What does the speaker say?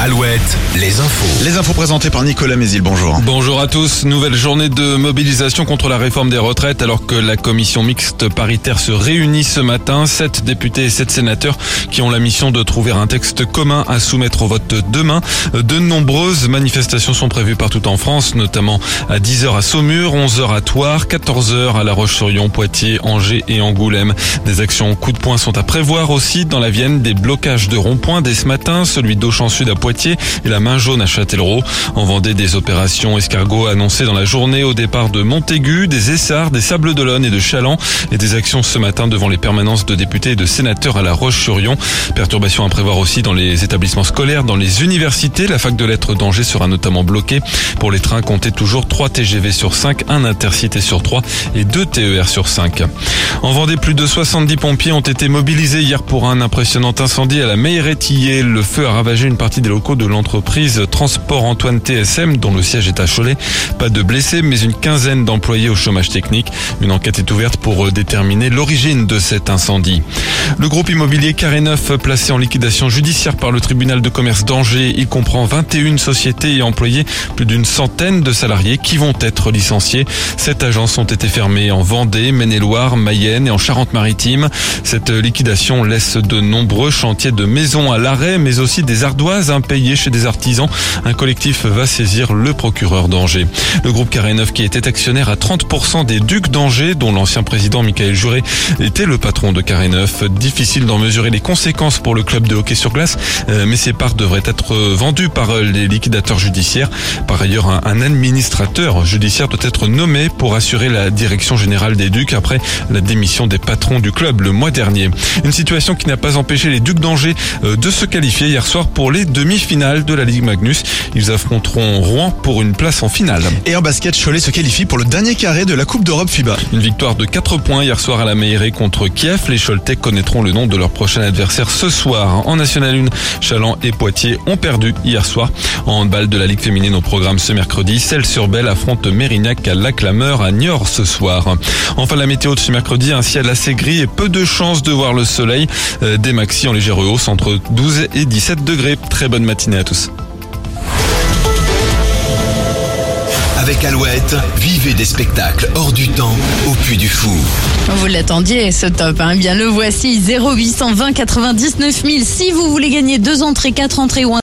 Alouette, les infos. Les infos présentées par Nicolas Mézil, bonjour. Bonjour à tous. Nouvelle journée de mobilisation contre la réforme des retraites alors que la commission mixte paritaire se réunit ce matin. 7 députés et 7 sénateurs qui ont la mission de trouver un texte commun à soumettre au vote demain. De nombreuses manifestations sont prévues partout en France, notamment à 10h à Saumur, 11h à Thouars, 14h à La Roche-sur-Yon, Poitiers, Angers et Angoulême. Des actions coup de poing sont à prévoir aussi dans la Vienne. Des blocages de ronds-points dès ce matin, celui d'Auchan Sud à Poitiers et la Main Jaune à Châtellerault. En Vendée, des opérations escargots annoncées dans la journée au départ de Montaigu, des Essarts, des Sables-d'Olonne et de Chaland, et des actions ce matin devant les permanences de députés et de sénateurs à La Roche-sur-Yon. Perturbations à prévoir aussi dans les établissements scolaires, dans les universités. La fac de lettres d'Angers sera notamment bloquée. Pour les trains, comptez toujours 3 TGV sur 5, 1 Intercité sur 3 et 2 TER sur 5. En Vendée, plus de 70 pompiers ont été mobilisés hier pour un impressionnant incendie à la Meilleray-Tillé. Le feu a ravagé une partie des locaux de l'entreprise Transport Antoine TSM, dont le siège est à Cholet. Pas de blessés, mais une quinzaine d'employés au chômage technique. Une enquête est ouverte pour déterminer l'origine de cet incendie. Le groupe immobilier Carré Neuf, placé en liquidation judiciaire par le tribunal de commerce d'Angers, il comprend 21 sociétés et employés, plus d'une centaine de salariés qui vont être licenciés. 7 agences ont été fermées en Vendée, Maine-et-Loire, Mayenne et en Charente-Maritime. Cette liquidation laisse de nombreux chantiers de maisons à l'arrêt, mais aussi des ardoises impayées chez des artisans. Un collectif va saisir le procureur d'Angers. Le groupe Carré Neuf, qui était actionnaire à 30% des Ducs d'Angers, dont l'ancien président Michael Juret était le patron de Carré Neuf. Difficile d'en mesurer les conséquences pour le club de hockey sur glace, mais ces parts devraient être vendues par les liquidateurs judiciaires. Par ailleurs, un administrateur judiciaire doit être nommé pour assurer la direction générale des Ducs après la démission des patrons du club le mois dernier. Une situation qui n'a pas empêché les Ducs d'Angers de se qualifier hier soir pour les demi-finales de la Ligue Magnus. Ils affronteront Rouen pour une place en finale. Et en basket, Cholet se qualifie pour le dernier carré de la Coupe d'Europe FIBA. Une victoire de 4 points hier soir à la Meilleray contre Kiev. Les Choletais connaîtront le nom de leur prochain adversaire ce soir. En National 1, Chaland et Poitiers ont perdu hier soir. En handball de la Ligue féminine au programme ce mercredi, Celles-sur-Belle affronte Mérignac à Lac-la-Meur à Niort ce soir. Enfin, la météo de ce mercredi, un ciel assez gris et peu de chances de voir le soleil. Des maxis en légère hausse entre 12 et 17 degrés. Très bonne matinée à tous. Avec Alouette, vivez des spectacles hors du temps au Puy du Fou. Vous l'attendiez, ce top, hein. Bien le voici, 0820 99 000. Si vous voulez gagner 2 entrées, 4 entrées ou un